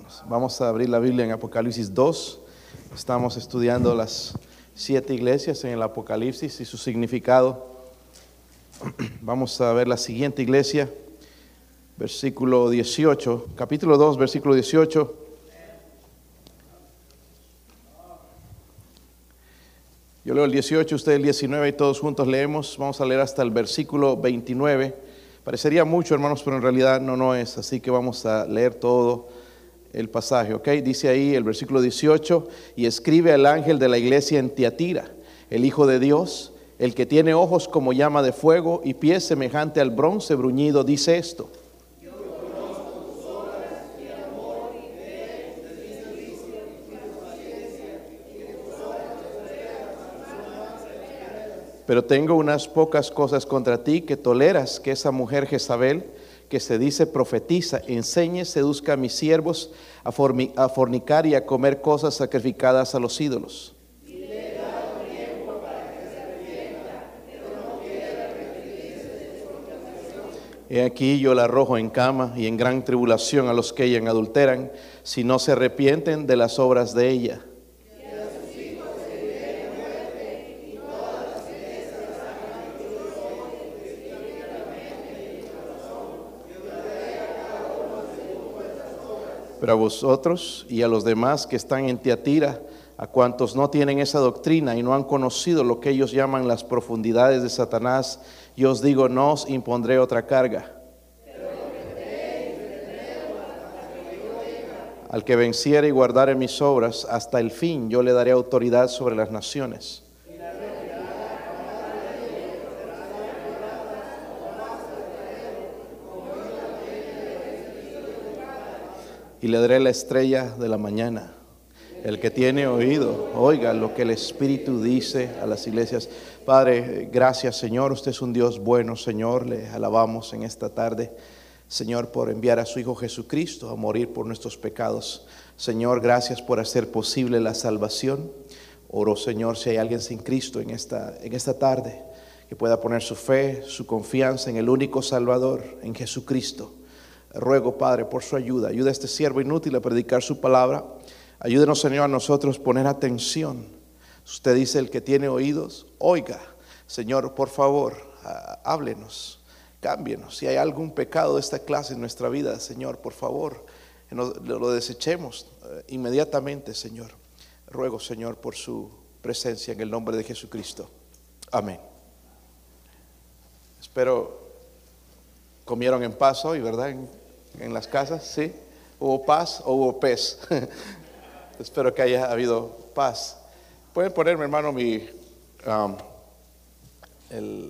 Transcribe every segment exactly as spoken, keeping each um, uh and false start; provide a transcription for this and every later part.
hermanos. Vamos a abrir la Biblia en Apocalipsis dos. Estamos estudiando las siete iglesias en el Apocalipsis y su significado. Vamos a ver la siguiente iglesia, versículo dieciocho, capítulo dos, versículo dieciocho. Yo leo el dieciocho, usted el diecinueve y todos juntos leemos. Vamos a leer hasta el versículo veintinueve. Parecería mucho, hermanos, pero en realidad no, no es. Así que vamos a leer todo el pasaje, ¿ok? Dice ahí el versículo dieciocho: y escribe al ángel de la iglesia en Tiatira, el Hijo de Dios, el que tiene ojos como llama de fuego y pies semejante al bronce bruñido, dice esto: Yo conozco tus obras, mi amor y fe, tu servicio y tu paciencia, y que tus obras no perseveran. Pero tengo unas pocas cosas contra ti, que toleras que esa mujer Jezabel, que se dice profetiza, enseñe, seduzca a mis siervos a, formi- a fornicar y a comer cosas sacrificadas a los ídolos. He aquí yo la arrojo en cama y en gran tribulación a los que ella adulteran, si no se arrepienten de las obras de ella. Pero a vosotros y a los demás que están en Tiatira, a cuantos no tienen esa doctrina y no han conocido lo que ellos llaman las profundidades de Satanás, yo os digo, no os impondré otra carga. Al que venciere y guardare mis obras, hasta el fin yo le daré autoridad sobre las naciones. Y le daré la estrella de la mañana. El que tiene oído, oiga lo que el Espíritu dice a las iglesias. Padre, gracias, Señor. Usted es un Dios bueno, Señor. Le alabamos en esta tarde, Señor, por enviar a su Hijo Jesucristo a morir por nuestros pecados. Señor, gracias por hacer posible la salvación. Oro, Señor, si hay alguien sin Cristo en esta, en esta tarde, que pueda poner su fe, su confianza en el único Salvador, en Jesucristo. Ruego, Padre, por su ayuda. Ayuda a este siervo inútil a predicar su palabra. Ayúdenos, Señor, a nosotros poner atención. Usted dice, el que tiene oídos, oiga. Señor, por favor, háblenos, cámbienos. Si hay algún pecado de esta clase en nuestra vida, Señor, por favor, lo desechemos inmediatamente, Señor. Ruego, Señor, por su presencia en el nombre de Jesucristo. Amén. Espero comieron en paz hoy, ¿verdad? En, en las casas, ¿sí? ¿Hubo paz o hubo pez? Espero que haya habido paz. Pueden ponerme, hermano, mi um, el,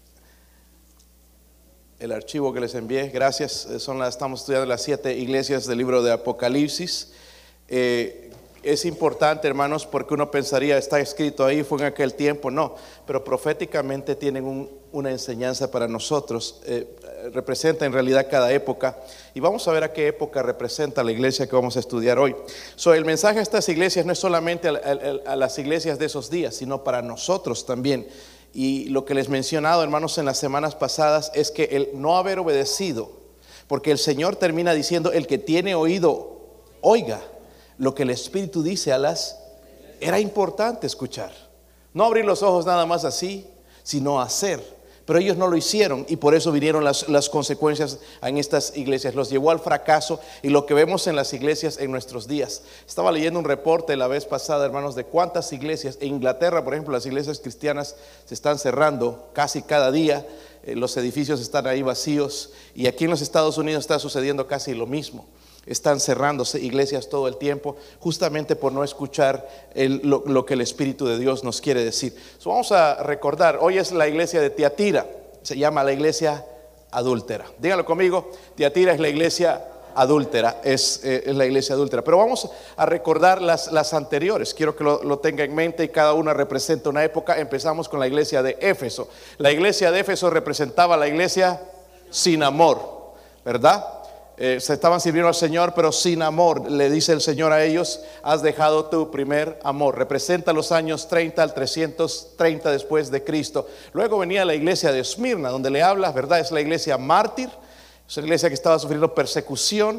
el archivo que les envié. Gracias. Son las, estamos estudiando las siete iglesias del libro de Apocalipsis. Eh, es importante, hermanos, porque uno pensaría, está escrito ahí, fue en aquel tiempo. No, pero proféticamente tienen un, una enseñanza para nosotros. Eh, representa en realidad cada época, y vamos a ver a qué época representa la iglesia que vamos a estudiar hoy. So, el mensaje a estas iglesias no es solamente a, a, a las iglesias de esos días, sino para nosotros también. Y lo que les he mencionado, hermanos, en las semanas pasadas es que el no haber obedecido, porque el Señor termina diciendo, el que tiene oído, oiga lo que el Espíritu dice a las... Era importante escuchar, no abrir los ojos nada más así, sino hacer. Pero ellos no lo hicieron, y por eso vinieron las, las consecuencias en estas iglesias. Los llevó al fracaso, y lo que vemos en las iglesias en nuestros días. Estaba leyendo un reporte la vez pasada, hermanos, de cuántas iglesias en Inglaterra, por ejemplo, las iglesias cristianas se están cerrando casi cada día. Eh, los edificios están ahí vacíos, y aquí en los Estados Unidos está sucediendo casi lo mismo. Están cerrándose iglesias todo el tiempo, justamente por no escuchar el, lo, lo que el Espíritu de Dios nos quiere decir. So, vamos a recordar, hoy es la iglesia de Tiatira, se llama la iglesia adúltera. Díganlo conmigo, Tiatira es la iglesia adúltera, es, eh, es la iglesia adúltera. Pero vamos a recordar las, las anteriores, quiero que lo, lo tenga en mente, y cada una representa una época. Empezamos con la iglesia de Éfeso. La iglesia de Éfeso representaba la iglesia sin amor, ¿verdad? Eh, se estaban sirviendo al Señor, pero sin amor. Le dice el Señor a ellos, has dejado tu primer amor. Representa los años treinta al trescientos treinta después de Cristo. Luego venía la iglesia de Esmirna, donde le habla, ¿verdad? Es la iglesia mártir, es una iglesia que estaba sufriendo persecución.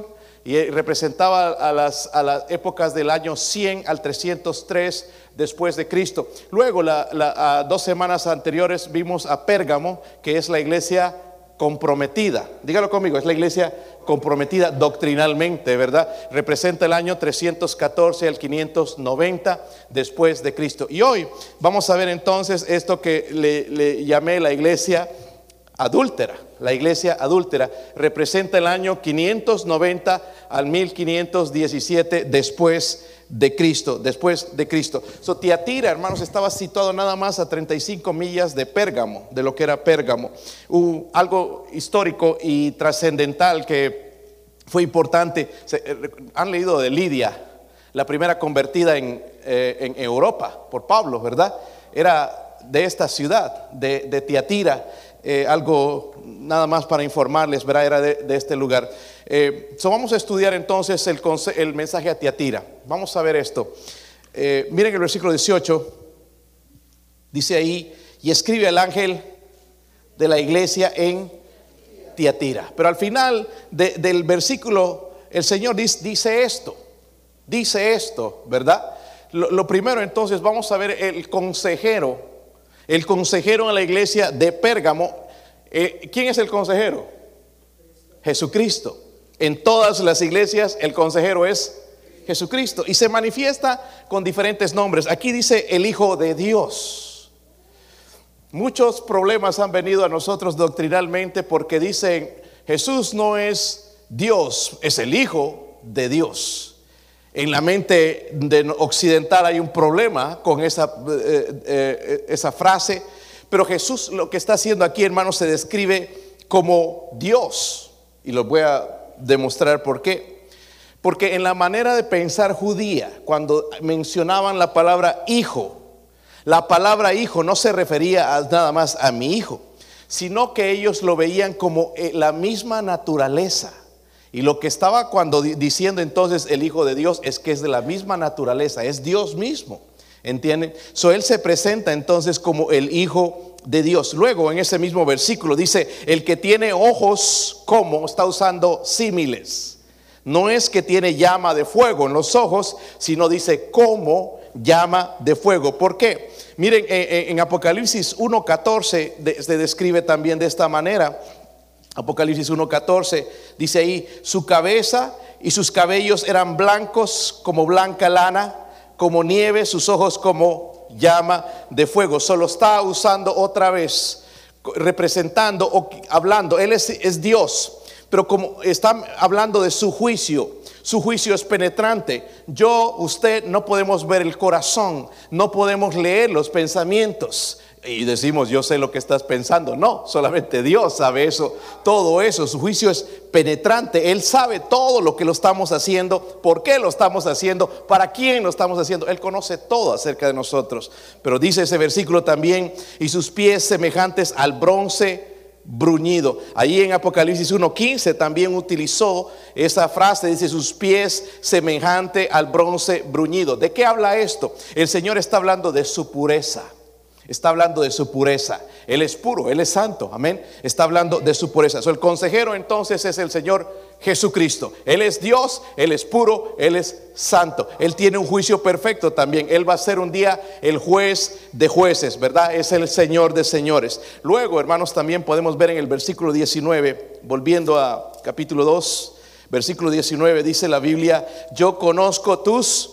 y representaba a las, a las épocas del año cien al trescientos tres después de Cristo. Luego, la, la, a dos semanas anteriores vimos a Pérgamo, que es la iglesia comprometida. Dígalo conmigo, es la iglesia comprometida doctrinalmente, ¿verdad? Representa el año trescientos catorce al quinientos noventa después de Cristo. Y hoy vamos a ver entonces esto que le, le llamé la iglesia adúltera. La iglesia adúltera representa el año quinientos noventa al mil quinientos diecisiete después de Cristo, después de Cristo. So, Tiatira, hermanos, estaba situado nada más a treinta y cinco millas de Pérgamo, de lo que era Pérgamo. Uh, algo histórico y trascendental que fue importante. Se, eh, han leído de Lidia, la primera convertida en, eh, en Europa por Pablo, ¿verdad? Era de esta ciudad, de, de Tiatira. Eh, algo nada más para informarles, ¿verdad? Era de, de este lugar. Eh, so vamos a estudiar entonces el, el mensaje a Tiatira. Vamos a ver esto. Eh, miren el versículo dieciocho. Dice ahí: y escribe al ángel de la iglesia en Tiatira. Pero al final de, del versículo, el Señor dice, dice esto. Dice esto, ¿verdad? Lo, lo primero entonces, vamos a ver el consejero. El consejero en la iglesia de Pérgamo. Eh, ¿Quién es el consejero? Jesucristo. En todas las iglesias el consejero es Jesucristo. Y se manifiesta con diferentes nombres. Aquí dice el Hijo de Dios. Muchos problemas han venido a nosotros doctrinalmente porque dicen Jesús no es Dios, es el Hijo de Dios. En la mente de occidental hay un problema con esa, eh, eh, esa frase. Pero Jesús lo que está haciendo aquí, hermanos, se describe como Dios. Y lo voy a demostrar por qué. Porque en la manera de pensar judía, cuando mencionaban la palabra hijo, la palabra hijo no se refería a nada más a mi hijo, sino que ellos lo veían como la misma naturaleza. Y lo que estaba cuando diciendo entonces el Hijo de Dios es que es de la misma naturaleza, es Dios mismo, ¿entienden? So él se presenta entonces como el Hijo de Dios. Luego en ese mismo versículo dice, el que tiene ojos como, está usando símiles. No es que tiene llama de fuego en los ojos, sino dice como llama de fuego. ¿Por qué? Miren, en Apocalipsis uno catorce se describe también de esta manera. Apocalipsis uno catorce dice ahí: su cabeza y sus cabellos eran blancos como blanca lana, como nieve, sus ojos como llama de fuego. Solo está usando otra vez, representando o hablando. Él es, es Dios, pero como está hablando de su juicio, su juicio es penetrante. Yo, usted no podemos ver el corazón, no podemos leer los pensamientos. Y decimos, yo sé lo que estás pensando. No, solamente Dios sabe eso, todo eso. Su juicio es penetrante. Él sabe todo lo que lo estamos haciendo, por qué lo estamos haciendo, para quién lo estamos haciendo. Él conoce todo acerca de nosotros. Pero dice ese versículo también: y sus pies semejantes al bronce bruñido. Ahí en Apocalipsis uno quince también utilizó esa frase, dice sus pies semejante al bronce bruñido. ¿De qué habla esto? El Señor está hablando de su pureza. Está hablando de su pureza. Él es puro, Él es santo, amén. Está hablando de su pureza. So, el consejero entonces es el Señor Jesucristo. Él es Dios, Él es puro, Él es santo. Él tiene un juicio perfecto también. Él va a ser un día el juez de jueces, ¿verdad? Es el Señor de señores. Luego, hermanos, también podemos ver en el versículo diecinueve, volviendo a capítulo dos, versículo diecinueve, dice la Biblia: yo conozco tus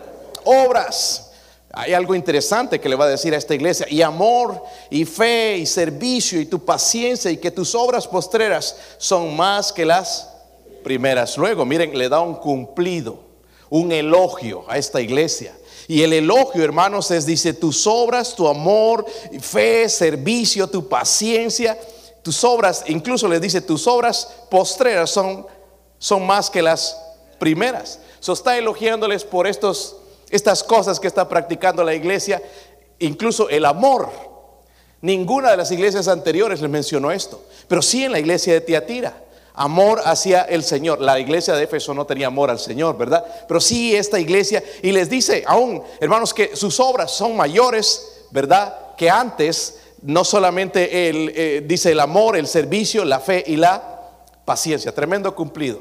obras. Hay algo interesante que le va a decir a esta iglesia: y amor, y fe, y servicio, y tu paciencia, y que tus obras postreras son más que las primeras. Luego, miren, le da un cumplido, un elogio a esta iglesia. Y el elogio, hermanos, es, dice, tus obras, tu amor, fe, servicio, tu paciencia, tus obras, incluso les dice, tus obras postreras son, son más que las primeras. So, está elogiándoles por estos Estas cosas que está practicando la iglesia, incluso el amor. Ninguna de las iglesias anteriores les mencionó esto, pero sí en la iglesia de Tiatira. Amor hacia el Señor. La iglesia de Éfeso no tenía amor al Señor, ¿verdad? Pero sí esta iglesia, y les dice aún, hermanos, que sus obras son mayores, ¿verdad? Que antes. No solamente el, eh, dice el amor, el servicio, la fe y la paciencia. Tremendo cumplido.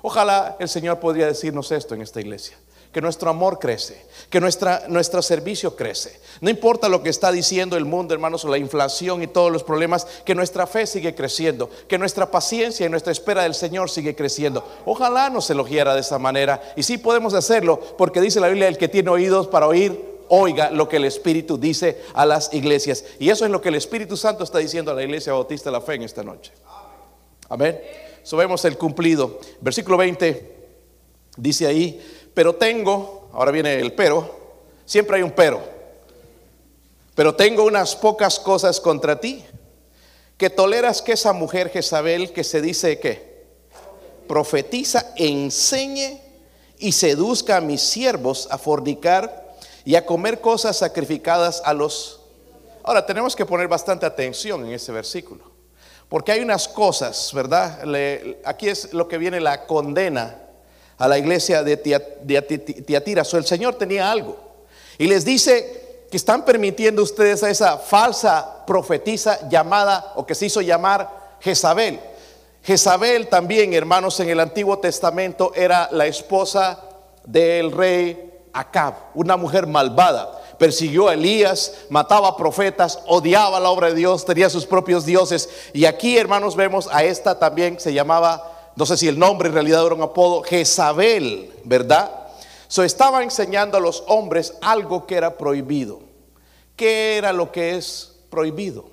Ojalá el Señor podría decirnos esto en esta iglesia, que nuestro amor crece, que nuestra, nuestro servicio crece. No importa lo que está diciendo el mundo, hermanos, o la inflación y todos los problemas, que nuestra fe sigue creciendo, que nuestra paciencia y nuestra espera del Señor sigue creciendo. Ojalá nos elogiara de esa manera. Y sí podemos hacerlo, porque dice la Biblia: el que tiene oídos para oír, oiga lo que el Espíritu dice a las iglesias. Y eso es lo que el Espíritu Santo está diciendo a la Iglesia Bautista de la Fe en esta noche. Amén. So vemos el cumplido. Versículo veinte dice ahí: pero tengo, ahora viene el pero, siempre hay un pero, pero tengo unas pocas cosas contra ti, que toleras que esa mujer Jezabel, que se dice que profetiza, enseñe y seduzca a mis siervos a fornicar y a comer cosas sacrificadas a los. Ahora tenemos que poner bastante atención en ese versículo, porque hay unas cosas, ¿verdad? Le, aquí es lo que viene la condena a la iglesia de Tiatira. So, el Señor tenía algo y les dice que están permitiendo ustedes a esa falsa profetisa llamada, o que se hizo llamar Jezabel. Jezabel también, hermanos, en el Antiguo Testamento era la esposa del rey Acab, una mujer malvada. Persiguió a Elías, mataba profetas, odiaba la obra de Dios, tenía sus propios dioses. Y aquí, hermanos, vemos a esta también, se llamaba, no sé si el nombre en realidad era un apodo, Jezabel, ¿verdad? So, estaba enseñando a los hombres algo que era prohibido. ¿Qué era lo que es prohibido?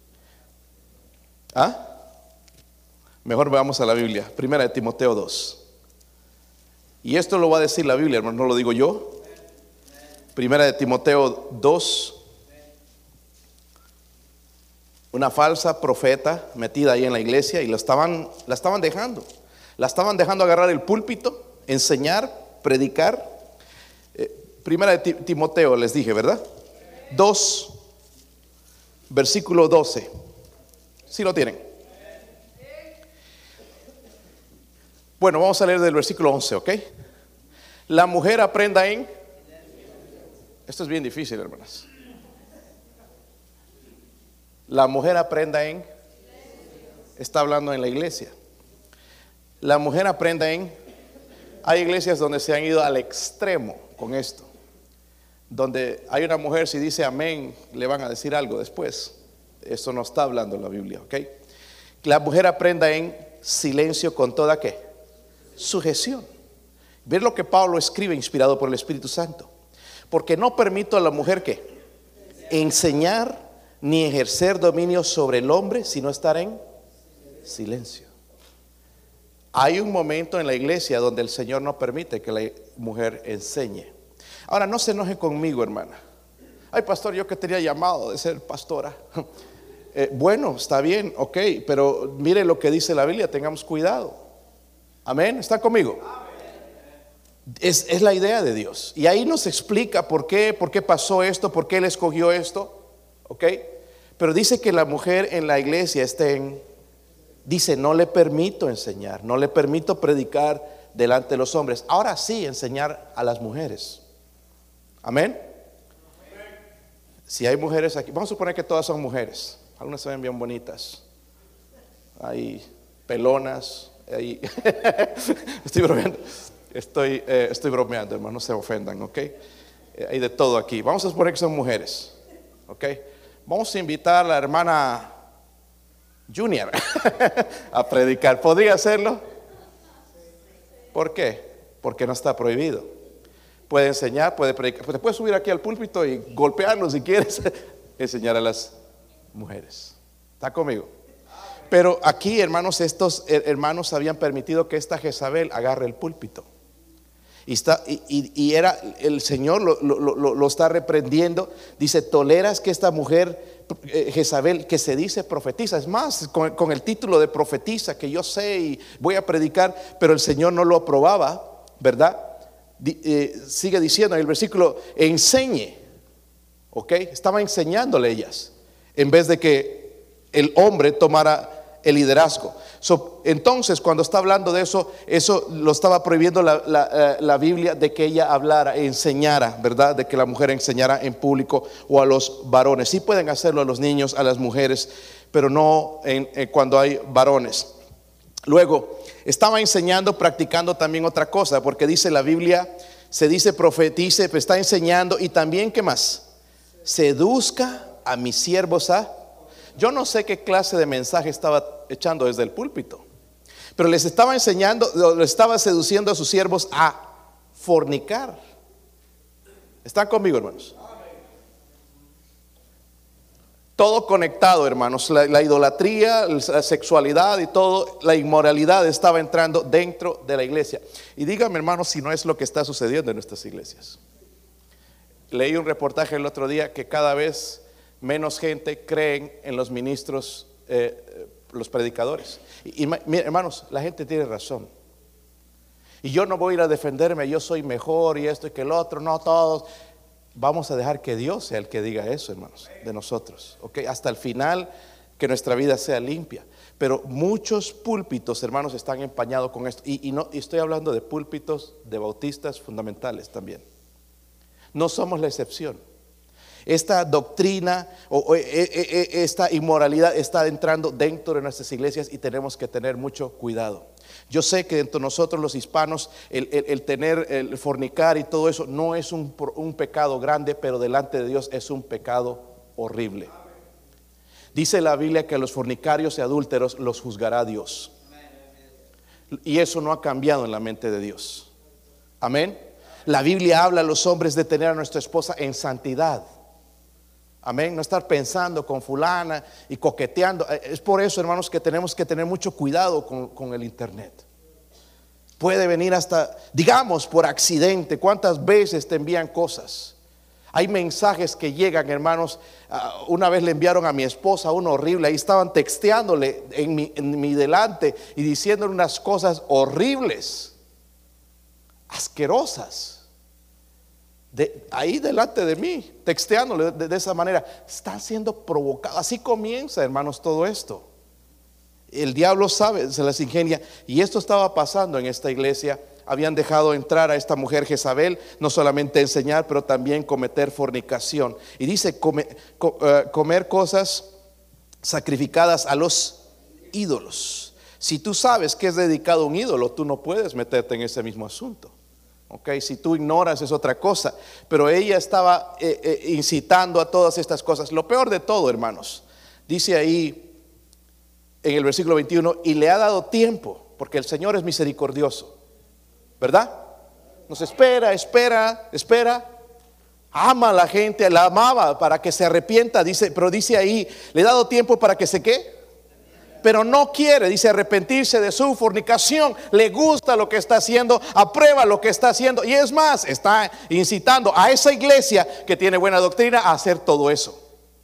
¿Ah? Mejor veamos a la Biblia, Primera de Timoteo dos. Y esto lo va a decir la Biblia, hermano, no lo digo yo. Primera de Timoteo dos. Una falsa profeta metida ahí en la iglesia, y la estaban, la estaban dejando. La estaban dejando agarrar el púlpito, enseñar, predicar. Eh, primera de Timoteo, les dije, ¿verdad? dos, versículo doce. ¿Sí lo tienen? Bueno, vamos a leer del versículo once, ¿ok? La mujer aprenda en. Esto es bien difícil, hermanas. La mujer aprenda en. Está hablando en la iglesia. La mujer aprenda en. Hay iglesias donde se han ido al extremo con esto, donde hay una mujer, si dice amén, le van a decir algo después. Eso no está hablando la Biblia, ¿ok? La mujer aprenda en silencio con toda ¿qué? Sujeción. Ver lo que Pablo escribe inspirado por el Espíritu Santo. Porque no permito a la mujer ¿qué? Enseñar ni ejercer dominio sobre el hombre, sino estar en silencio. Hay un momento en la iglesia donde el Señor no permite que la mujer enseñe. Ahora, no se enoje conmigo, hermana. Ay, pastor, yo que tenía llamado de ser pastora. Eh, bueno, está bien, ok, pero mire lo que dice la Biblia, tengamos cuidado. Amén, ¿está conmigo? Es, es la idea de Dios. Y ahí nos explica por qué, por qué pasó esto, por qué Él escogió esto, ok. Pero dice que la mujer en la iglesia esté en, dice, no le permito enseñar, no le permito predicar delante de los hombres. Ahora sí, enseñar a las mujeres. Amén. Si hay mujeres aquí, vamos a suponer que todas son mujeres. Algunas se ven bien bonitas. Hay pelonas. Hay estoy bromeando. Estoy, eh, estoy bromeando, hermano, no se ofendan, ok. Eh, hay de todo aquí. Vamos a suponer que son mujeres, ok. Vamos a invitar a la hermana Junior a predicar. ¿Podría hacerlo? ¿Por qué? Porque no está prohibido. Puede enseñar, puede predicar. Te puedes subir aquí al púlpito y golpearlo si quieres. Enseñar a las mujeres. ¿Está conmigo? Pero aquí, hermanos, estos hermanos habían permitido que esta Jezabel agarre el púlpito. Y, está, y, y, y era el Señor lo, lo, lo, lo está reprendiendo. Dice, toleras que esta mujer eh, Jezabel, que se dice profetiza. Es más, con, con el título de profetiza, que yo sé y voy a predicar, pero el Señor no lo aprobaba, ¿verdad? Di, eh, sigue diciendo en el versículo, enseñe, ¿ok? Estaba enseñándole ellas, en vez de que el hombre tomara el liderazgo. So, entonces, cuando está hablando de eso, eso lo estaba prohibiendo la, la, la Biblia, de que ella hablara, enseñara, ¿verdad? De que la mujer enseñara en público o a los varones. Sí pueden hacerlo a los niños, a las mujeres, pero no en, en cuando hay varones. Luego, estaba enseñando, practicando también otra cosa, porque dice la Biblia, se dice profetice, pero está enseñando y también, ¿qué más? Seduzca a mis siervos a... Yo no sé qué clase de mensaje estaba echando desde el púlpito, pero les estaba enseñando, les estaba seduciendo a sus siervos a fornicar. ¿Están conmigo, hermanos? Todo conectado, hermanos. La, la idolatría, la sexualidad y todo, la inmoralidad estaba entrando dentro de la iglesia. Y díganme, hermanos, si no es lo que está sucediendo en nuestras iglesias. Leí un reportaje el otro día que cada vez menos gente creen en los ministros, eh, los predicadores. Y, y mira, hermanos, la gente tiene razón. Y yo no voy a ir a defenderme, yo soy mejor y esto y que el otro, no todos. Vamos a dejar que Dios sea el que diga eso, hermanos, de nosotros, ¿ok? Hasta el final, que nuestra vida sea limpia. Pero muchos púlpitos, hermanos, están empañados con esto. Y, y, no, y estoy hablando de púlpitos de bautistas fundamentales también. No somos la excepción. Esta doctrina o, o e, e, esta inmoralidad está entrando dentro de nuestras iglesias y tenemos que tener mucho cuidado. Yo sé que entre nosotros los hispanos el, el, el tener, el fornicar y todo eso no es un, un pecado grande, pero delante de Dios es un pecado horrible. Dice la Biblia que a los fornicarios y adúlteros los juzgará Dios. Y eso no ha cambiado en la mente de Dios. Amén. La Biblia habla a los hombres de tener a nuestra esposa en santidad. Amén, no estar pensando con fulana y coqueteando. Es por eso, hermanos, que tenemos que tener mucho cuidado con, con el internet. Puede venir hasta, digamos, por accidente. ¿Cuántas veces te envían cosas? Hay mensajes que llegan, hermanos. Uh, una vez le enviaron a mi esposa uno horrible. Ahí estaban texteándole en mi, en mi delante y diciéndole unas cosas horribles, asquerosas. De, ahí delante de mí, texteándole de, de esa manera. Está siendo provocado. Así comienza, hermanos, todo esto. El diablo sabe, se las ingenia. Y esto estaba pasando en esta iglesia. Habían dejado entrar a esta mujer Jezabel, no solamente enseñar, pero también cometer fornicación. Y dice come, co, uh, comer cosas sacrificadas a los ídolos. Si tú sabes que es dedicado a un ídolo, tú no puedes meterte en ese mismo asunto. Ok, si tú ignoras es otra cosa. Pero ella estaba eh, eh, incitando a todas estas cosas. Lo peor de todo, hermanos, dice ahí en el versículo veintiuno, y le ha dado tiempo, porque el Señor es misericordioso, ¿verdad? Nos espera, espera, espera. Ama a la gente, la amaba para que se arrepienta, dice, pero dice ahí, le ha dado tiempo para que se ¿qué? Pero no quiere, dice, arrepentirse de su fornicación. Le gusta lo que está haciendo, aprueba lo que está haciendo. Y es más, está incitando a esa iglesia que tiene buena doctrina a hacer todo eso.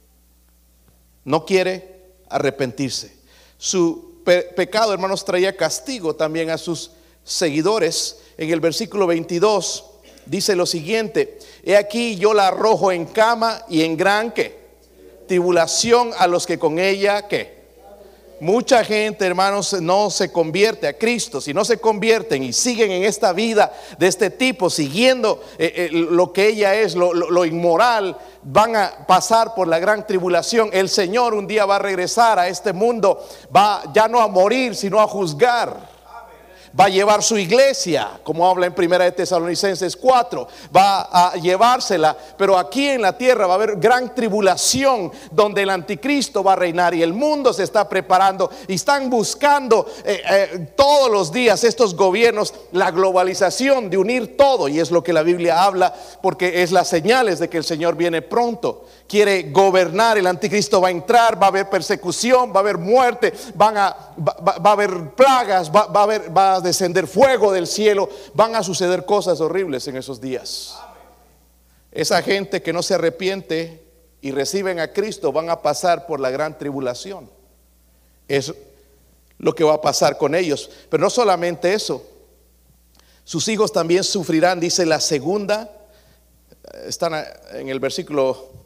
No quiere arrepentirse. Su pe- pecado, hermanos, traía castigo también a sus seguidores. En el versículo veintidós dice lo siguiente: he aquí yo la arrojo en cama y en gran ¿qué? Tribulación a los que con ella ¿qué? Mucha gente, hermanos, no se convierte a Cristo. Si no se convierten y siguen en esta vida de este tipo, siguiendo eh, eh, lo que ella es, lo, lo, lo inmoral, van a pasar por la gran tribulación. El Señor un día va a regresar a este mundo, va ya no a morir, sino a juzgar. Va a llevar su iglesia, como habla en primera de Tesalonicenses cuatro, va a llevársela, pero aquí en la tierra va a haber gran tribulación donde el anticristo va a reinar y el mundo se está preparando y están buscando eh, eh, todos los días estos gobiernos la globalización de unir todo, y es lo que la Biblia habla, porque es las señales de que el Señor viene pronto. Quiere gobernar, el anticristo va a entrar, va a haber persecución, va a haber muerte, van a, va, va a haber plagas, va, va a haber, va a descender fuego del cielo, van a suceder cosas horribles en esos días. Esa gente que no se arrepiente y reciben a Cristo van a pasar por la gran tribulación. Es lo que va a pasar con ellos. Pero no solamente eso, sus hijos también sufrirán, dice la segunda, están en el versículo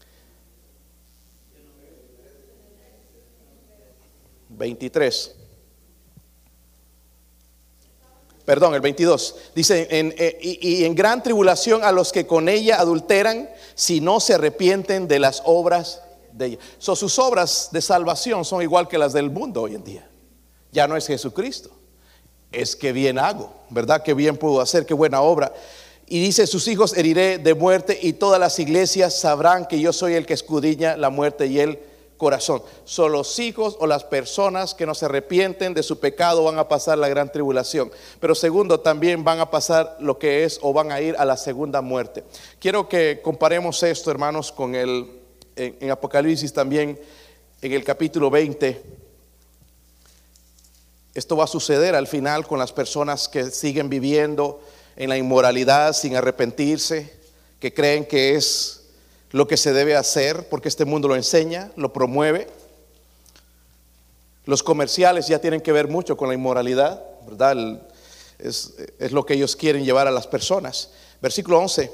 veintitrés, perdón, el veintidós, dice en, eh, y, y en gran tribulación a los que con ella adulteran, si no se arrepienten de las obras de ella. So, sus obras de salvación son igual que las del mundo hoy en día. Ya no es Jesucristo. es que bien hago, ¿verdad? Que bien puedo hacer, qué buena obra. Y dice, sus hijos heriré de muerte y todas las iglesias sabrán que yo soy el que escudriña la muerte y el corazón. Son los hijos o las personas que no se arrepienten de su pecado van a pasar la gran tribulación. Pero segundo, también van a pasar lo que es o van a ir a la segunda muerte. Quiero que comparemos esto, hermanos, con el en, en Apocalipsis también, en el capítulo veinte. Esto va a suceder al final con las personas que siguen viviendo en la inmoralidad sin arrepentirse, que creen que es lo que se debe hacer porque este mundo lo enseña, lo promueve. Los comerciales ya tienen que ver mucho con la inmoralidad, ¿verdad? El, es, es lo que ellos quieren llevar a las personas. Versículo once,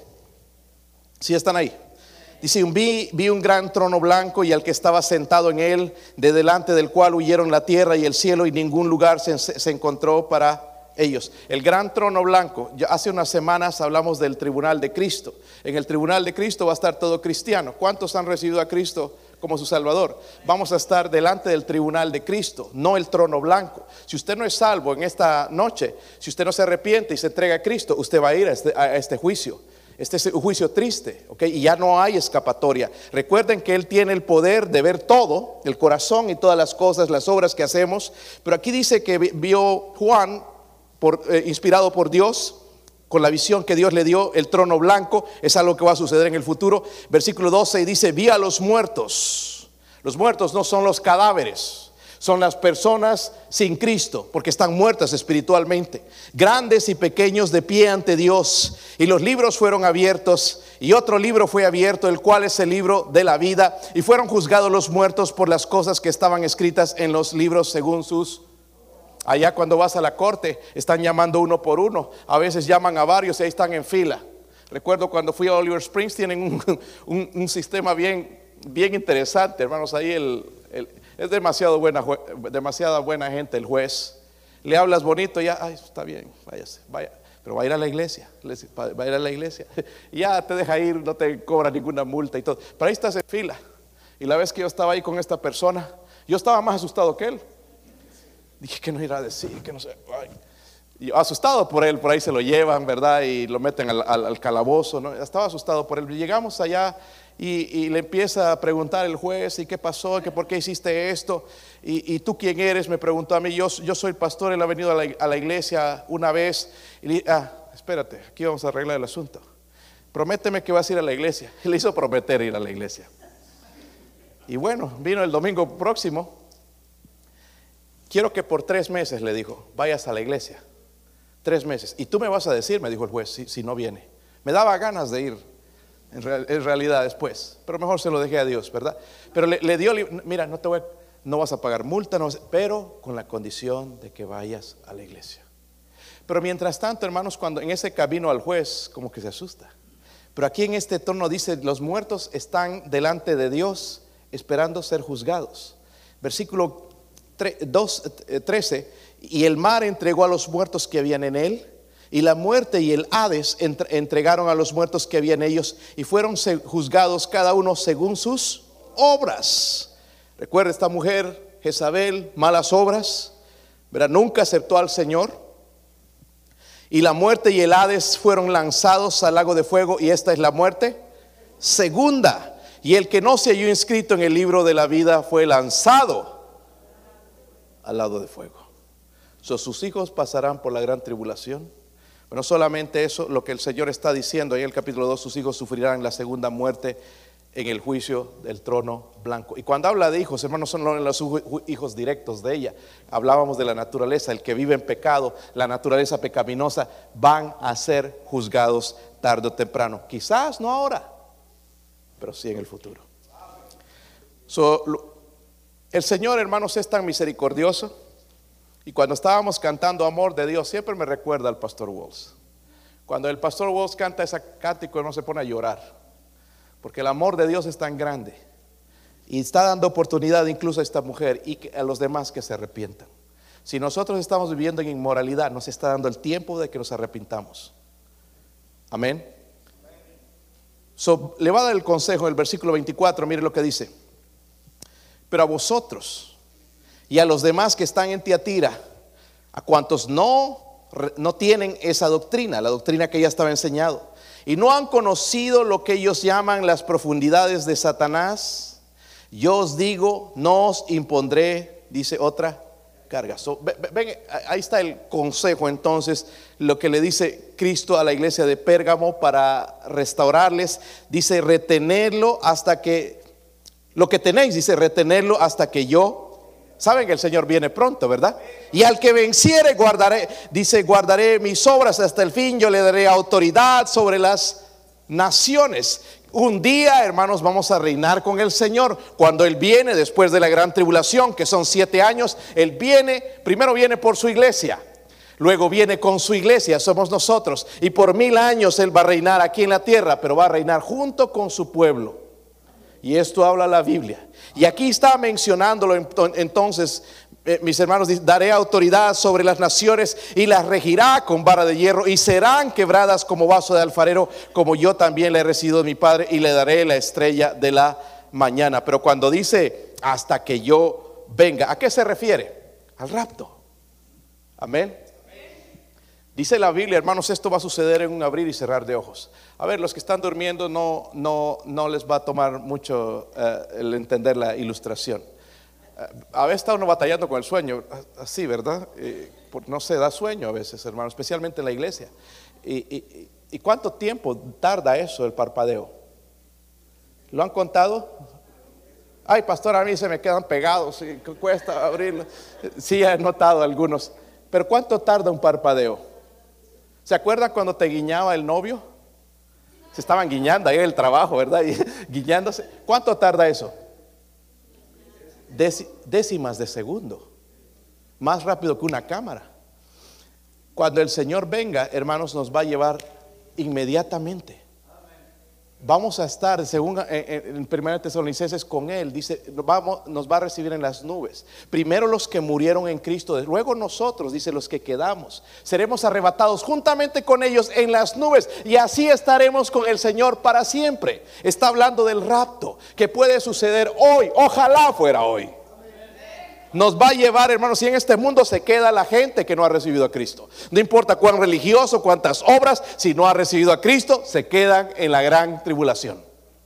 ¿sí están ahí? Dice, vi, vi un gran trono blanco y al que estaba sentado en él, de delante del cual huyeron la tierra y el cielo y ningún lugar se, se encontró para ellos. El gran trono blanco, ya hace unas semanas hablamos del tribunal de Cristo. En el tribunal de Cristo va a estar todo cristiano. ¿Cuántos han recibido a Cristo como su Salvador? Vamos a estar delante del tribunal de Cristo, no el trono blanco. Si usted no es salvo en esta noche, si usted no se arrepiente y se entrega a Cristo, usted va a ir a este, a este juicio. Este es un juicio triste, ¿ok? Y ya no hay escapatoria. Recuerden que Él tiene el poder de ver todo, el corazón y todas las cosas, las obras que hacemos. Pero aquí dice que vio Juan, Por, eh, inspirado por Dios, con la visión que Dios le dio, el trono blanco. Es algo que va a suceder en el futuro. Versículo doce dice, vi a los muertos. Los muertos no son los cadáveres, son las personas sin Cristo, porque están muertas espiritualmente, grandes y pequeños, de pie ante Dios. Y los libros fueron abiertos, y otro libro fue abierto, el cual es el libro de la vida. Y fueron juzgados los muertos por las cosas que estaban escritas en los libros según sus. Allá cuando vas a la corte están llamando uno por uno, a veces llaman a varios y ahí están en fila. Recuerdo cuando fui a Oliver Springs, tienen un, un, un sistema bien, bien interesante, hermanos. Ahí el, el, es demasiado buena, demasiada buena gente el juez. Le hablas bonito, ya, ay, está bien, váyase, vaya. Pero va a ir a la iglesia, va a ir a la iglesia. Ya te deja ir, no te cobra ninguna multa y todo. Pero ahí estás en fila. Y la vez que yo estaba ahí con esta persona, yo estaba más asustado que él. Dije, ¿qué nos irá a decir? Que no sé. Ay. Y asustado por él, por ahí se lo llevan, ¿verdad? Y lo meten al, al, al calabozo, ¿no? Estaba asustado por él. Llegamos allá y, y le empieza a preguntar el juez, ¿y qué pasó? ¿Que ¿Por qué hiciste esto? Y, y tú quién eres, me preguntó a mí. Yo, yo soy pastor, él ha venido a la, a la iglesia una vez. Y le dije, ah, espérate, aquí vamos a arreglar el asunto. Prométeme que vas a ir a la iglesia. Y le hizo prometer ir a la iglesia. Y bueno, vino el domingo próximo. Quiero que por tres meses, le dijo, vayas a la iglesia. Tres meses. Y tú me vas a decir, me dijo el juez, si, si no viene. Me daba ganas de ir, en, real, en realidad después. Pero mejor se lo dejé a Dios, ¿verdad? Pero le, le dio, mira, no, te voy a, no vas a pagar multa, no, pero con la condición de que vayas a la iglesia. Pero mientras tanto, hermanos, cuando en ese camino al juez, como que se asusta. Pero aquí en este tono dice, los muertos están delante de Dios esperando ser juzgados. Versículo dos, trece, y el mar entregó a los muertos que habían en él, y la muerte y el Hades entregaron a los muertos que habían en ellos, y fueron juzgados cada uno según sus obras. Recuerda, esta mujer Jezabel, malas obras, ¿verdad? Nunca aceptó al Señor. Y la muerte y el Hades fueron lanzados al lago de fuego, y esta es la muerte segunda. Y el que no se halló inscrito en el libro de la vida fue lanzado al lado de fuego. So, sus hijos pasarán por la gran tribulación. Pero no solamente eso, lo que el Señor está diciendo ahí en el capítulo dos, sus hijos sufrirán la segunda muerte en el juicio del trono blanco. Y cuando habla de hijos, hermanos, son los hijos directos de ella. Hablábamos de la naturaleza, el que vive en pecado, la naturaleza pecaminosa, van a ser juzgados tarde o temprano. Quizás no ahora, pero sí en el futuro. So, el Señor, hermanos, es tan misericordioso. Y cuando estábamos cantando Amor de Dios, siempre me recuerda al pastor Walls. Cuando el pastor Walls canta ese cántico, no se pone a llorar, porque el amor de Dios es tan grande y está dando oportunidad incluso a esta mujer y a los demás que se arrepientan. Si nosotros estamos viviendo en inmoralidad, nos está dando el tiempo de que nos arrepintamos. Amén. So, le va a dar el consejo, el versículo veinticuatro, mire lo que dice. Pero a vosotros y a los demás que están en Tiatira, a cuantos no, no tienen esa doctrina, la doctrina que ya estaba enseñado, y no han conocido lo que ellos llaman las profundidades de Satanás, yo os digo, no os impondré, dice otra, carga. So, ven, ven, ahí está el consejo entonces, lo que le dice Cristo a la iglesia de Pérgamo para restaurarles. Dice retenerlo hasta que, lo que tenéis, dice retenerlo hasta que yo, saben que el Señor viene pronto, ¿verdad? Y al que venciere guardaré, dice guardaré mis obras hasta el fin, yo le daré autoridad sobre las naciones. Un día, hermanos, vamos a reinar con el Señor. Cuando Él viene después de la gran tribulación, que son siete años, Él viene, primero viene por su iglesia, luego viene con su iglesia, somos nosotros, y por mil años Él va a reinar aquí en la tierra, pero va a reinar junto con su pueblo. Y esto habla la Biblia. Y aquí está mencionándolo entonces, eh, mis hermanos, dice, daré autoridad sobre las naciones y las regirá con vara de hierro y serán quebradas como vaso de alfarero, como yo también le he recibido de mi Padre y le daré la estrella de la mañana. Pero cuando dice hasta que yo venga, ¿a qué se refiere? Al rapto. Amén. Dice la Biblia, hermanos, esto va a suceder en un abrir y cerrar de ojos. A ver, los que están durmiendo no, no, no les va a tomar mucho uh, el entender la ilustración. Uh, a veces está uno batallando con el sueño, así, ¿verdad? Eh, no se da sueño a veces, hermanos, especialmente en la iglesia. ¿Y, y, y cuánto tiempo tarda eso, el parpadeo? ¿Lo han contado? Ay, pastor, a mí se me quedan pegados, y cuesta abrirlo. Sí, he notado algunos. Pero ¿cuánto tarda un parpadeo? ¿Se acuerdan cuando te guiñaba el novio? Se estaban guiñando ahí en el trabajo, ¿verdad? Y guiñándose. ¿Cuánto tarda eso? Deci- décimas de segundo. Más rápido que una cámara. Cuando el Señor venga, hermanos, nos va a llevar inmediatamente. Vamos a estar, según en primera Tesalonicenses, con Él. Dice, vamos, nos va a recibir en las nubes. Primero los que murieron en Cristo, luego nosotros, dice, los que quedamos, seremos arrebatados juntamente con ellos en las nubes, y así estaremos con el Señor para siempre. Está hablando del rapto, que puede suceder hoy. Ojalá fuera hoy. Nos va a llevar, hermanos, si en este mundo se queda la gente que no ha recibido a Cristo. No importa cuán religioso, cuántas obras, si no ha recibido a Cristo, se quedan en la gran tribulación.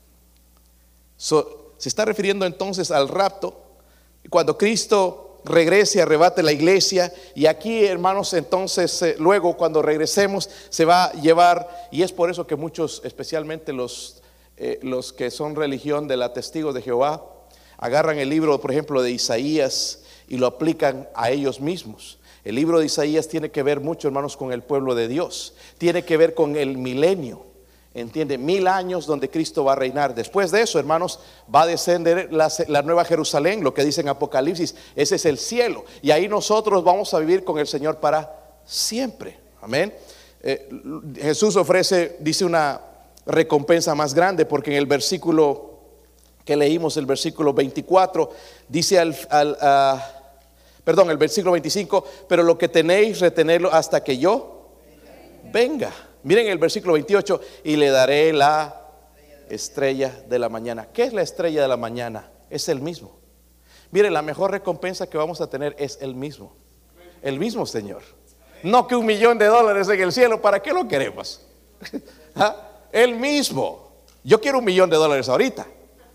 So, se está refiriendo entonces al rapto, cuando Cristo regrese, arrebate la iglesia. Y aquí, hermanos, entonces eh, luego cuando regresemos se va a llevar, y es por eso que muchos, especialmente los, eh, los que son religión de la Testigos de Jehová, agarran el libro, por ejemplo, de Isaías y lo aplican a ellos mismos. El libro de Isaías tiene que ver mucho, hermanos, con el pueblo de Dios. Tiene que ver con el milenio. Entiende, mil años donde Cristo va a reinar. Después de eso, hermanos, va a descender la, la nueva Jerusalén, lo que dice en Apocalipsis. Ese es el cielo. Y ahí nosotros vamos a vivir con el Señor para siempre. Amén. Eh, Jesús ofrece, dice, una recompensa más grande, porque en el versículo que leímos, el versículo veinticuatro, dice al, al uh, perdón, el versículo veinticinco, pero lo que tenéis, retenerlo hasta que yo venga. Miren el versículo veintiocho, y le daré la estrella de la mañana. ¿Qué es la estrella de la mañana? Es el mismo. Miren, la mejor recompensa que vamos a tener es el mismo. El mismo Señor. No que un millón de dólares en el cielo, ¿para qué lo queremos? ¿Ah? El mismo. Yo quiero un millón de dólares ahorita,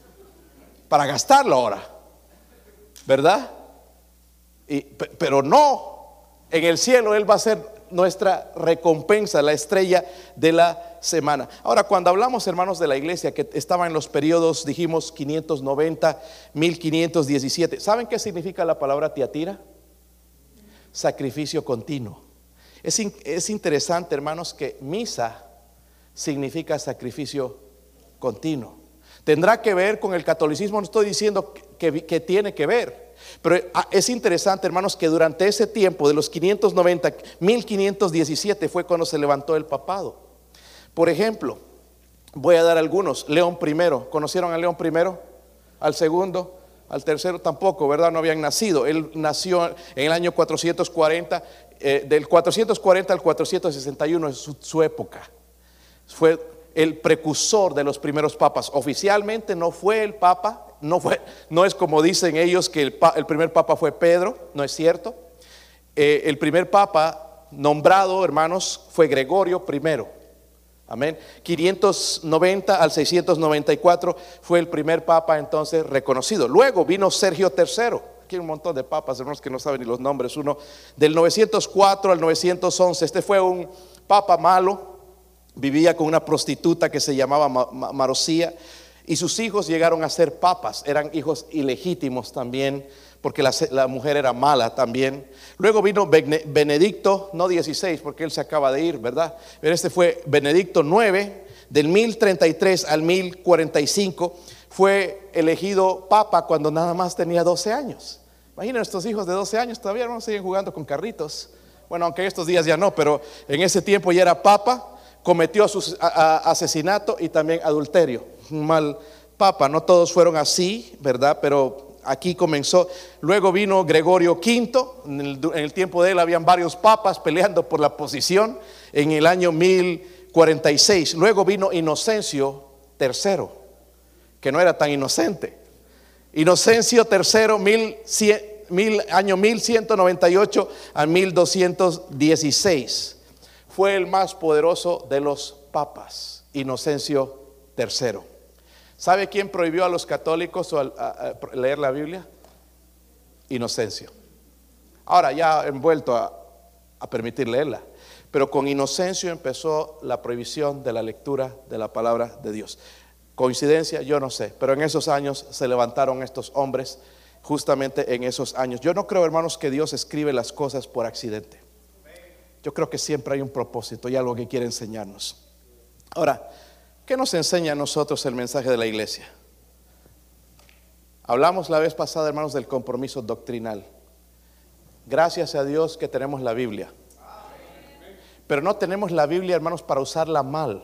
para gastarlo ahora, ¿verdad? Y, pero no, en el cielo Él va a ser nuestra recompensa, la estrella de la semana. Ahora, cuando hablamos, hermanos, de la iglesia que estaba en los periodos, dijimos quinientos noventa, mil quinientos diecisiete, ¿saben qué significa la palabra Tiatira? Sacrificio continuo. Es, es interesante, hermanos, que misa significa sacrificio continuo. Tendrá que ver con el catolicismo, no estoy diciendo que, que, que tiene que ver, pero es interesante, hermanos, que durante ese tiempo de los quinientos noventa, mil quinientos diecisiete fue cuando se levantó el papado. Por ejemplo, voy a dar algunos. León primero, ¿conocieron a León primero? Al segundo, al tercero tampoco, ¿verdad? No habían nacido. Él nació en el año cuatrocientos cuarenta, eh, del cuatrocientos cuarenta al cuatrocientos sesenta y uno es su, su época. Fue el precursor de los primeros papas. Oficialmente no fue el papa, no fue, no es como dicen ellos que el, el primer papa fue Pedro, no es cierto. Eh, el primer papa nombrado, hermanos, fue Gregorio primero. Amén. quinientos noventa al seiscientos noventa y cuatro fue el primer papa entonces reconocido. Luego vino Sergio tercero. Aquí hay un montón de papas, hermanos, que no saben ni los nombres. Uno del novecientos cuatro al novecientos once. Este fue un papa malo. Vivía con una prostituta que se llamaba Marosía. Y sus hijos llegaron a ser papas. Eran hijos ilegítimos también, porque la, la mujer era mala también. Luego vino Benedicto, no dieciséis, porque él se acaba de ir, ¿verdad? Pero este fue Benedicto nueve, del mil treinta y tres al mil cuarenta y cinco. Fue elegido papa cuando nada más tenía doce años. Imaginen, estos hijos de doce años todavía no siguen jugando con carritos. Bueno, aunque estos días ya no, pero en ese tiempo ya era papa. Cometió asesinato y también adulterio. Un mal papa. No todos fueron así, ¿verdad? Pero aquí comenzó. Luego vino Gregorio quinto. En el, en el tiempo de él habían varios papas peleando por la posición. En el año mil cuarenta y seis. Luego vino Inocencio tercero, que no era tan inocente. Inocencio tercero, mil cien, mil, año mil ciento noventa y ocho a mil doscientos dieciséis. Fue el más poderoso de los papas, Inocencio tercero. ¿Sabe quién prohibió a los católicos a, a, a leer la Biblia? Inocencio. Ahora ya han vuelto a, a permitir leerla, pero con Inocencio empezó la prohibición de la lectura de la palabra de Dios. ¿Coincidencia? Yo no sé, pero en esos años se levantaron estos hombres, justamente en esos años. Yo no creo, hermanos, que Dios escribe las cosas por accidente. Yo creo que siempre hay un propósito y algo que quiere enseñarnos. Ahora, ¿qué nos enseña a nosotros el mensaje de la iglesia? Hablamos la vez pasada, hermanos, del compromiso doctrinal. Gracias a Dios que tenemos la Biblia. Pero no tenemos la Biblia, hermanos, para usarla mal,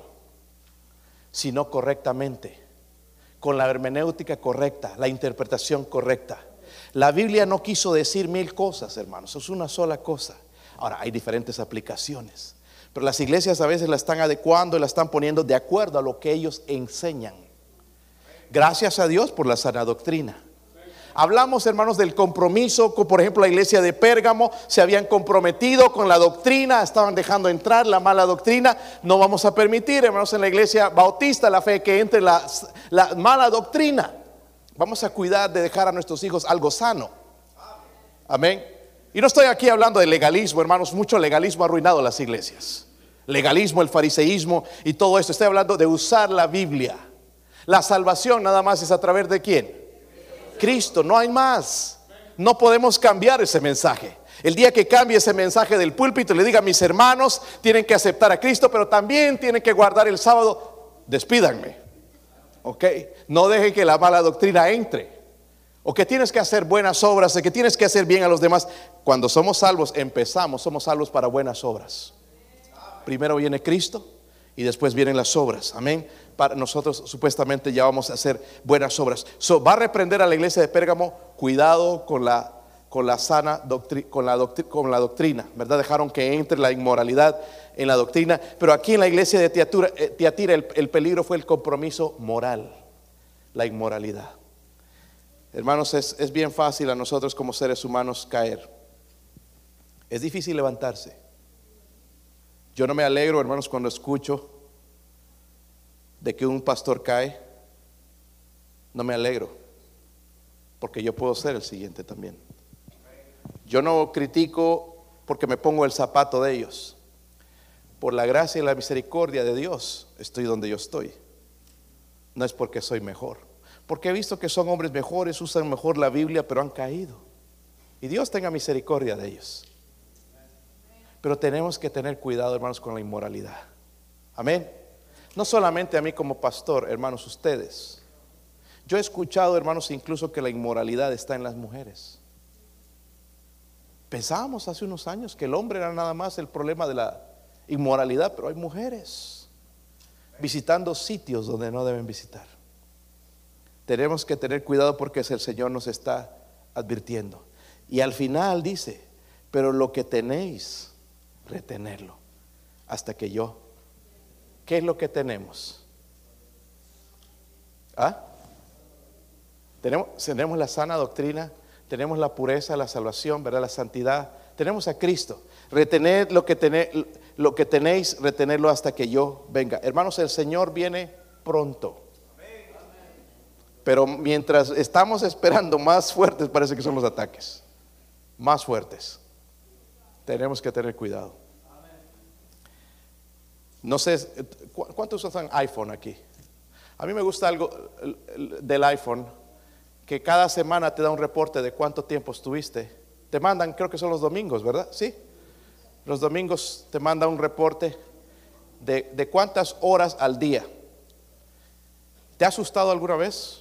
sino correctamente, con la hermenéutica correcta, la interpretación correcta. La Biblia no quiso decir mil cosas, hermanos, es una sola cosa. Ahora, hay diferentes aplicaciones, pero las iglesias a veces la están adecuando y la están poniendo de acuerdo a lo que ellos enseñan. Gracias a Dios por la sana doctrina. Hablamos, hermanos, del compromiso, por ejemplo, la iglesia de Pérgamo se habían comprometido con la doctrina, estaban dejando entrar la mala doctrina. No vamos a permitir, hermanos, en la iglesia bautista la fe que entre la, la mala doctrina. Vamos a cuidar de dejar a nuestros hijos algo sano. Amén. Y no estoy aquí hablando de legalismo, hermanos. Mucho legalismo ha arruinado las iglesias. Legalismo, el fariseísmo y todo esto. Estoy hablando de usar la Biblia. La salvación nada más es a través de ¿quién? Cristo, no hay más. No podemos cambiar ese mensaje. El día que cambie ese mensaje del púlpito y le diga a mis hermanos, tienen que aceptar a Cristo, pero también tienen que guardar el sábado, despídanme. Ok, no dejen que la mala doctrina entre. O que tienes que hacer buenas obras, o que tienes que hacer bien a los demás. Cuando somos salvos, empezamos, somos salvos para buenas obras. Primero viene Cristo y después vienen las obras. Amén. Para nosotros supuestamente ya vamos a hacer buenas obras. So, va a reprender a la iglesia de Pérgamo, cuidado con la, con la sana doctrina, con la, doctri, con la doctrina, ¿verdad? Dejaron que entre la inmoralidad en la doctrina. Pero aquí en la iglesia de Tiatira, eh, Tiatira el, el peligro fue el compromiso moral, la inmoralidad. Hermanos, es, es bien fácil a nosotros como seres humanos caer. Es difícil levantarse. Yo no me alegro, hermanos, cuando escucho de que un pastor cae. No me alegro, porque yo puedo ser el siguiente también. Yo no critico porque me pongo el zapato de ellos. Por la gracia y la misericordia de Dios estoy donde yo estoy. No es porque soy mejor, porque he visto que son hombres mejores, usan mejor la Biblia, pero han caído. Y Dios tenga misericordia de ellos. Pero tenemos que tener cuidado, hermanos, con la inmoralidad. Amén. No solamente a mí como pastor, hermanos, ustedes. Yo he escuchado, hermanos, incluso que la inmoralidad está en las mujeres. Pensábamos hace unos años que el hombre era nada más el problema de la inmoralidad, pero hay mujeres visitando sitios donde no deben visitar. Tenemos que tener cuidado porque el Señor nos está advirtiendo. Y al final dice, pero lo que tenéis, retenerlo hasta que yo. ¿Qué es lo que tenemos? ¿Ah? Tenemos, tenemos la sana doctrina, tenemos la pureza, la salvación, ¿verdad? La santidad, Tenemos a Cristo. Retener lo que, tené, lo que tenéis, retenerlo hasta que yo venga. Hermanos, el Señor viene pronto. Pero mientras estamos esperando, más fuertes parece que son los ataques. Más fuertes. Tenemos que tener cuidado. No sé, ¿cuántos usan iPhone aquí? A mí me gusta algo del iPhone, que cada semana te da un reporte de cuánto tiempo estuviste. Te mandan, creo que son los domingos, ¿verdad? Sí. Los domingos te manda un reporte de, de cuántas horas al día. ¿Te ha asustado alguna vez?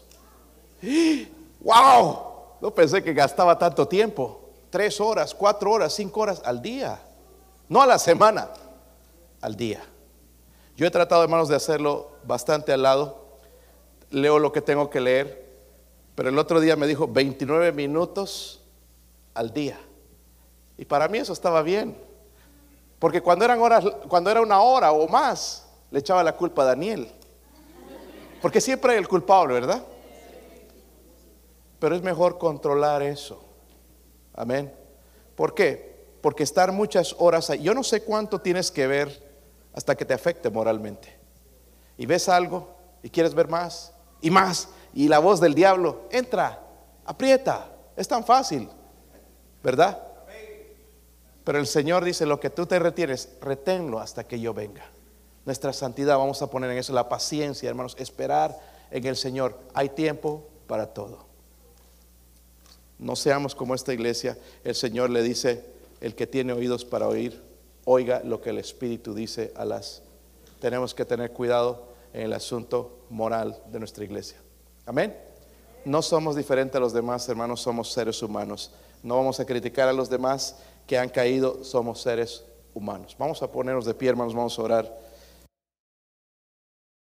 ¡Wow! No pensé que gastaba tanto tiempo. Tres horas, cuatro horas, cinco horas al día. No a la semana, al día. Yo he tratado, hermanos, de hacerlo bastante al lado. Leo lo que tengo que leer. Pero el otro día me dijo veintinueve minutos al día. Y para mí eso estaba bien. Porque cuando eran horas, cuando era una hora o más, le echaba la culpa a Daniel. Porque siempre hay el culpable, ¿verdad? Pero es mejor controlar eso. Amén. ¿Por qué? Porque estar muchas horas ahí, yo no sé cuánto tienes que ver hasta que te afecte moralmente. Y ves algo y quieres ver más y más. Y la voz del diablo entra, aprieta. Es tan fácil, ¿verdad? Pero el Señor dice: lo que tú te retienes, reténlo hasta que yo venga. Nuestra santidad, vamos a poner en eso la paciencia, hermanos, esperar en el Señor. Hay tiempo para todo. No seamos como esta iglesia. El Señor le dice: el que tiene oídos para oír, oiga lo que el Espíritu dice a las. Tenemos que tener cuidado en el asunto moral de nuestra iglesia. Amén. No somos diferentes a los demás, hermanos, somos seres humanos. No vamos a criticar a los demás que han caído, somos seres humanos. Vamos a ponernos de pie, hermanos, vamos a orar.